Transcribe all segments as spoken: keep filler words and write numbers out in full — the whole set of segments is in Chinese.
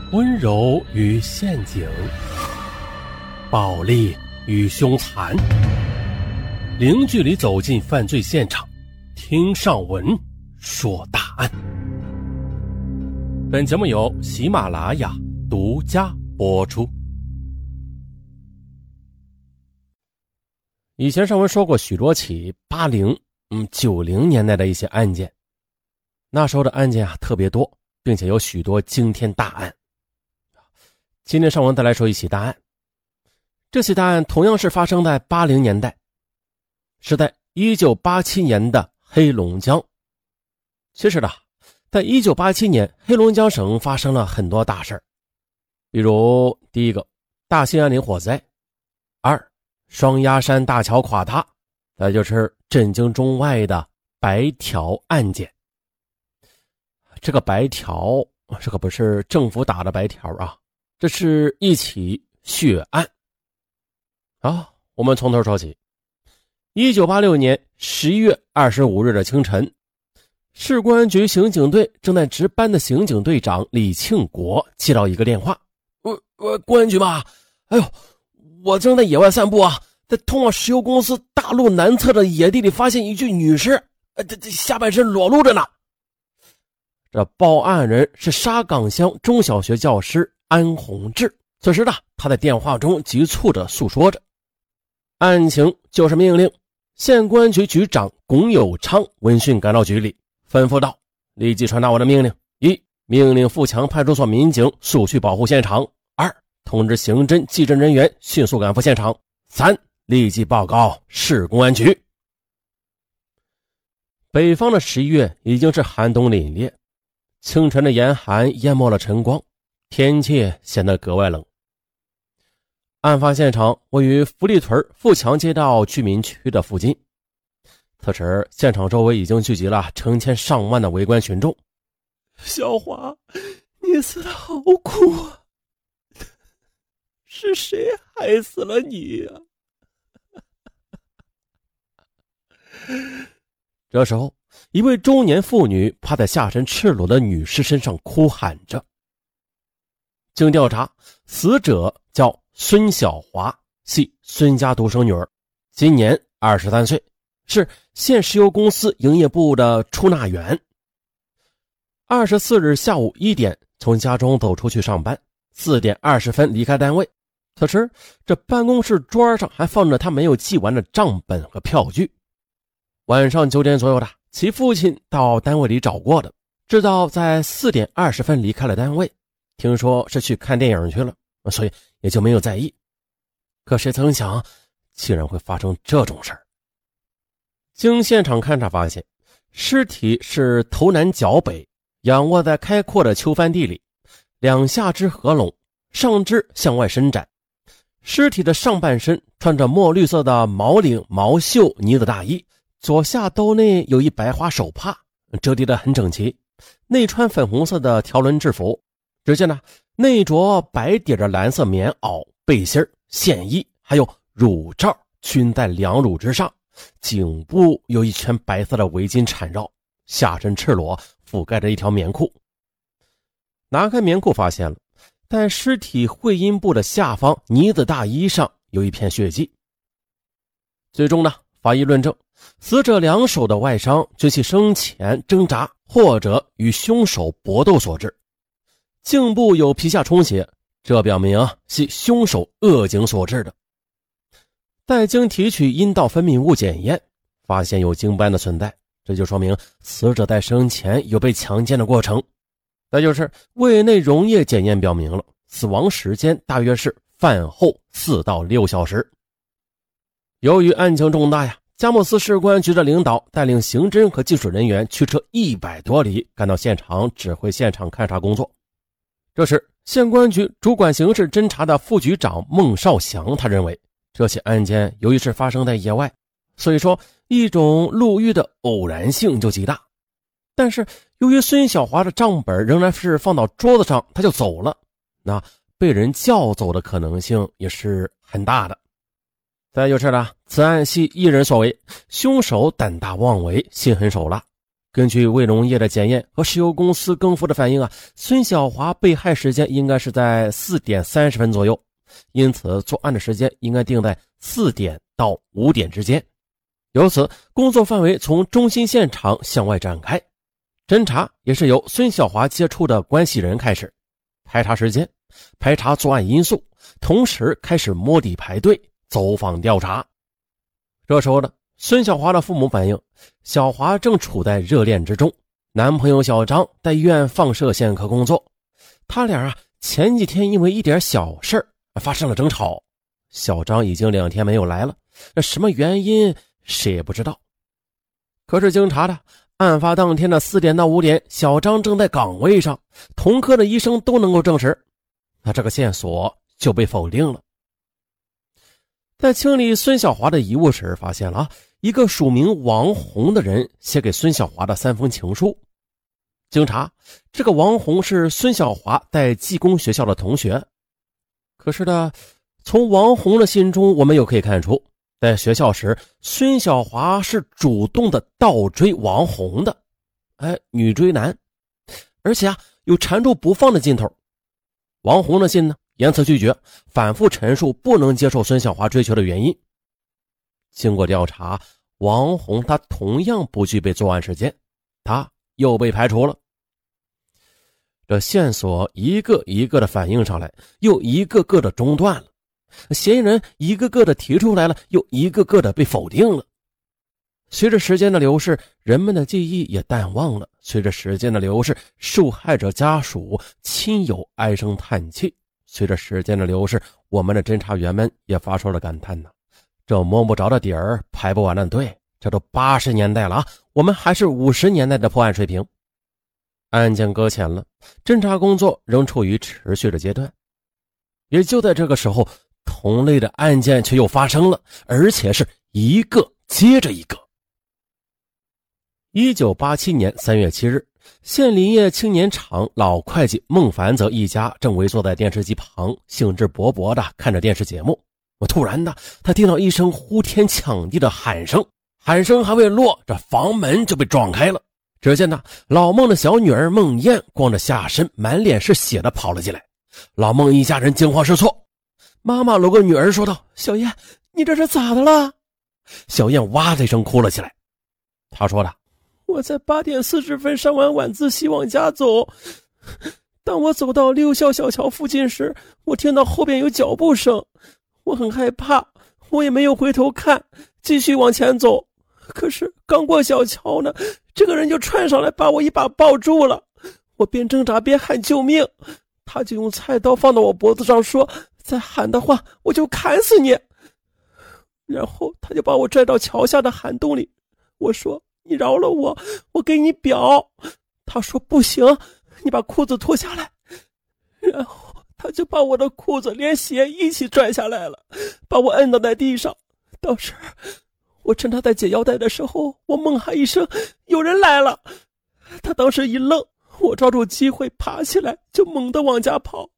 温柔与陷阱，暴力与凶残，零距离走进犯罪现场，听上文说大案。本节目由喜马拉雅独家播出。以前上文说过许多起八零、嗯九零年代的一些案件，那时候的案件啊特别多，并且有许多惊天大案。今天上文再来说一起大案，这起大案同样是发生在八零年代，是在一九八七年的黑龙江。其实呢，在一九八七年黑龙江省发生了很多大事，比如第一个大兴安岭火灾，二双鸭山大桥垮塌，再就是震惊中外的白条案件。这个白条这可不是政府打的白条啊，这是一起血案。好，我们从头说起。一九八六年十一月二十五日的清晨，市公安局刑警队正在值班的刑警队长李庆国接到一个电话。我我公安局吧，哎呦，我正在野外散步啊，在通往石油公司大路南侧的野地里发现一具女尸，呃，这这下半身裸露着呢。这报案人是沙岗乡中小学教师安宏志。此时呢，他在电话中急促地诉说着。案情就是命令，县公安局局长龚友昌闻讯赶到局里，吩咐道：立即传达我的命令：一、命令富强派出所民警速去保护现场；二、通知刑侦技侦人员迅速赶赴现场；三、立即报告市公安局。北方的十一月已经是寒冬凛冽，清晨的严寒淹没了晨光，天气显得格外冷。案发现场位于福利屯富强街道居民区的附近，此时现场周围已经聚集了成千上万的围观群众。小华，你死得好苦啊，是谁害死了你呀？这时候，一位中年妇女趴在下身赤裸的女尸身上哭喊着。经调查，死者叫孙小华，系孙家独生女儿，今年二十三岁，是县石油公司营业部的出纳员。二十四日下午一点从家中走出去上班，四点二十分离开单位。此时这办公室桌上还放着他没有记完的账本和票据。晚上九点左右的，其父亲到单位里找过的，知道在四点二十分离开了单位，听说是去看电影去了，所以也就没有在意。可谁曾想竟然会发生这种事儿。经现场勘查发现，尸体是头南脚北，仰卧在开阔的秋番地里，两下肢合拢，上肢向外伸展。尸体的上半身穿着墨绿色的毛领毛袖呢子大衣，左下兜内有一白花手帕，折叠得很整齐，内穿粉红色的条纹制服。只见呢，内着白底的蓝色棉袄、背心、线衣，还有乳罩均在两乳之上，颈部有一圈白色的围巾缠绕，下身赤裸，覆盖着一条棉裤。拿开棉裤发现了，在尸体会阴部的下方呢子大衣上有一片血迹。最终呢，法医论证，死者两手的外伤均系生前挣扎或者与凶手搏斗所致。颈部有皮下充血，这表明系凶手恶行所致的。再经提取阴道分泌物检验，发现有精斑的存在，这就说明死者在生前有被强奸的过程。再就是胃内溶液检验表明了死亡时间大约是饭后四到六小时。由于案情重大呀，佳木斯市公安局的领导带领刑侦和技术人员驱车一百多里赶到现场指挥现场勘查工作。这时县公安局主管刑事侦查的副局长孟少祥，他认为这起案件由于是发生在野外，所以说一种路遇的偶然性就极大。但是由于孙小华的账本仍然是放到桌子上他就走了，那被人叫走的可能性也是很大的。再就是呢，此案系一人所为，凶手胆大妄为，心狠手辣， 根据卫农业的检验和石油公司更夫的反映啊，孙小华被害时间应该是在四点三十分左右，因此作案的时间应该定在四点到五点之间。由此，工作范围从中心现场向外展开，侦查也是由孙小华接触的关系人开始，排查时间，排查作案因素，同时开始摸底排队，走访调查。这时候呢，孙小华的父母反映，小华正处在热恋之中，男朋友小张在医院放射线科工作，他俩啊前几天因为一点小事发生了争吵，小张已经两天没有来了，那什么原因谁也不知道。可是经查的，案发当天的四点到五点，小张正在岗位上，同科的医生都能够证实，那这个线索就被否定了。在清理孙小华的遗物时，发现了啊一个署名王红的人写给孙小华的三封情书。经查，这个王红是孙小华在技工学校的同学。可是呢，从王红的信中，我们又可以看出，在学校时，孙小华是主动的倒追王红的，哎，女追男，而且啊，有缠住不放的劲头。王红的信呢，言辞拒绝，反复陈述不能接受孙小华追求的原因。经过调查，王红他同样不具备作案时间，他又被排除了。这线索一个一个的反映上来，又一个个的中断了，嫌疑人一个个的提出来了，又一个个的被否定了。随着时间的流逝，人们的记忆也淡忘了，随着时间的流逝，受害者家属亲友唉声叹气，随着时间的流逝，我们的侦查员们也发出了感叹呢，这摸不着的底儿，排不完的队，这都八十年代了啊，我们还是五十年代的破案水平。案件搁浅了，侦查工作仍处于持续的阶段。也就在这个时候，同类的案件却又发生了，而且是一个接着一个。一九八七年三月七日，县林业青年厂老会计孟凡泽一家正围坐在电视机旁，兴致勃勃地看着电视节目。我突然的，他听到一声呼天抢地的喊声，喊声还未落，这房门就被撞开了。只见呢，老孟的小女儿孟燕光着下身，满脸是血的跑了进来。老孟一家人惊慌失措，妈妈搂个女儿说道：“小燕，你这是咋的了？”小燕哇的一声哭了起来。她说的：“我在八点四十分上完晚自习往家走，当我走到六校小桥附近时，我听到后边有脚步声，我很害怕，我也没有回头看，继续往前走。可是刚过小桥呢，这个人就窜上来把我一把抱住了，我边挣扎边喊救命，他就用菜刀放到我脖子上说，再喊的话我就砍死你。然后他就把我拽到桥下的涵洞里，我说你饶了我，我给你表。他说不行，你把裤子脱下来。然后他就把我的裤子连鞋一起拽下来了，把我摁倒在地上。到时我趁他在解腰带的时候，我猛喊一声有人来了。他当时一愣，我抓住机会爬起来，就猛地往家跑。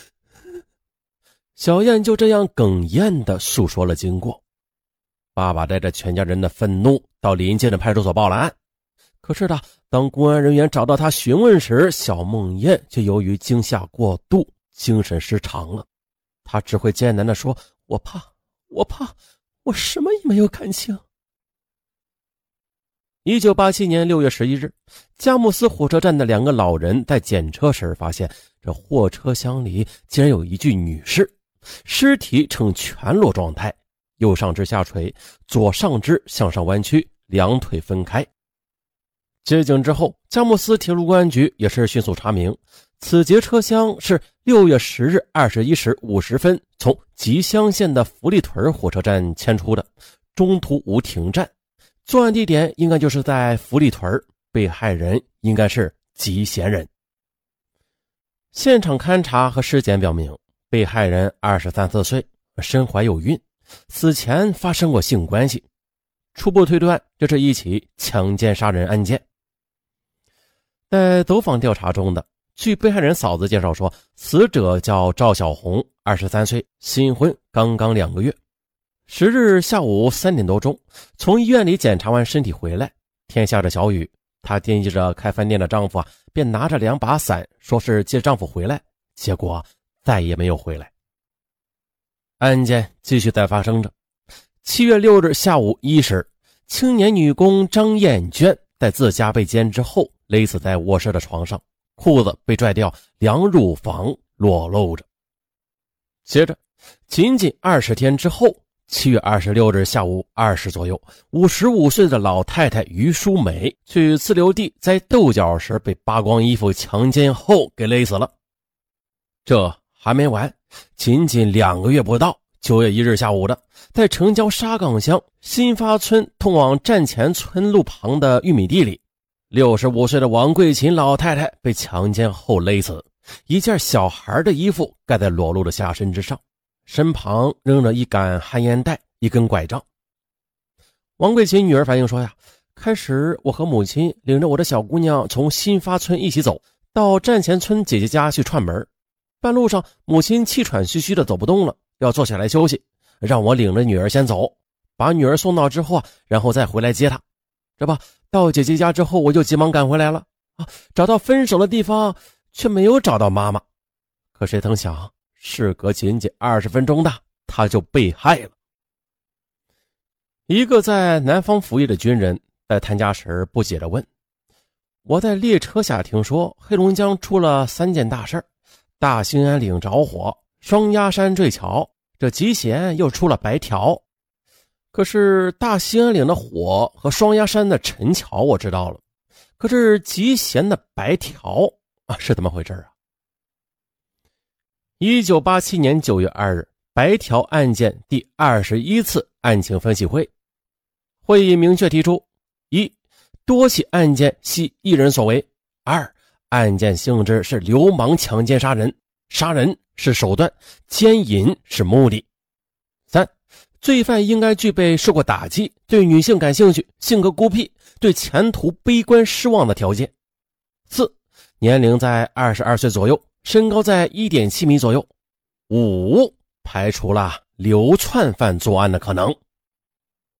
小燕就这样哽咽地诉说了经过。爸爸带着全家人的愤怒到临近的派出所报了案。可是呢，当公安人员找到他询问时，小孟燕就由于惊吓过度，精神失常了。他只会艰难地说：“我怕，我怕，我什么也没有看清。”一九八七年六月十一日，佳木斯火车站的两个老人在检车时发现，这货车厢里竟然有一具女尸，尸体呈全裸状态，右上肢下垂，左上肢向上弯曲，两腿分开。接警之后，佳木斯铁路公安局也是迅速查明，此节车厢是六月十日二十一时五十分从吉乡县的福利屯火车站迁出的，中途无停站。作案地点应该就是在福利屯，被害人应该是吉贤人。现场勘查和尸检表明，被害人二十三四岁，身怀有孕，死前发生过性关系。初步推断，这是一起强奸杀人案件。在走访调查中的，据被害人嫂子介绍说，死者叫赵小红，二十三岁，新婚刚刚两个月。十日下午三点多钟，从医院里检查完身体回来，天下着小雨， 她惦记着开饭店的丈夫啊，便拿着两把伞，说是接丈夫回来，结果再也没有回来。案件继续在发生着。七月六日下午一时，青年女工张艳娟在自家被奸之后，勒死在卧室的床上，裤子被拽掉，两乳房裸露着。接着仅仅二十天之后，七月二十六日下午二时左右，五十五岁的老太太于淑美去自留地摘豆角时被扒光衣服强奸后给勒死了。这还没完，仅仅两个月不到，九月一日下午的，在城郊沙岗乡新发村通往站前村路旁的玉米地里，六十五岁的王桂琴老太太被强奸后勒死，一件小孩的衣服盖在裸露的下身之上，身旁扔着一杆旱烟袋，一根拐杖。王桂琴女儿反映说呀，开始我和母亲领着我的小姑娘从新发村一起走到站前村姐姐家去串门，半路上母亲气喘吁吁的走不动了，要坐下来休息，让我领着女儿先走，把女儿送到之后啊，然后再回来接她。这不，到姐姐家之后，我就急忙赶回来了啊，找到分手的地方，却没有找到妈妈。可谁曾想，事隔仅仅二十分钟的，她就被害了。一个在南方服役的军人在探家时不解地问：我在列车下听说黑龙江出了三件大事，大兴安岭着火，双鸭山坠桥，这集贤又出了白条。可是大兴安岭的火和双鸭山的沉桥我知道了，可是集贤的白条啊是怎么回事啊？一九八七年九月二日，白条案件第二十一次案情分析会，会议明确提出：一、多起案件系一人所为；二、案件性质是流氓强奸杀人，杀人是手段，奸淫是目的；三、罪犯应该具备受过打击，对女性感兴趣，性格孤僻，对前途悲观失望的条件；四、年龄在二十二岁左右，身高在 一点七米左右；五、排除了流窜犯作案的可能。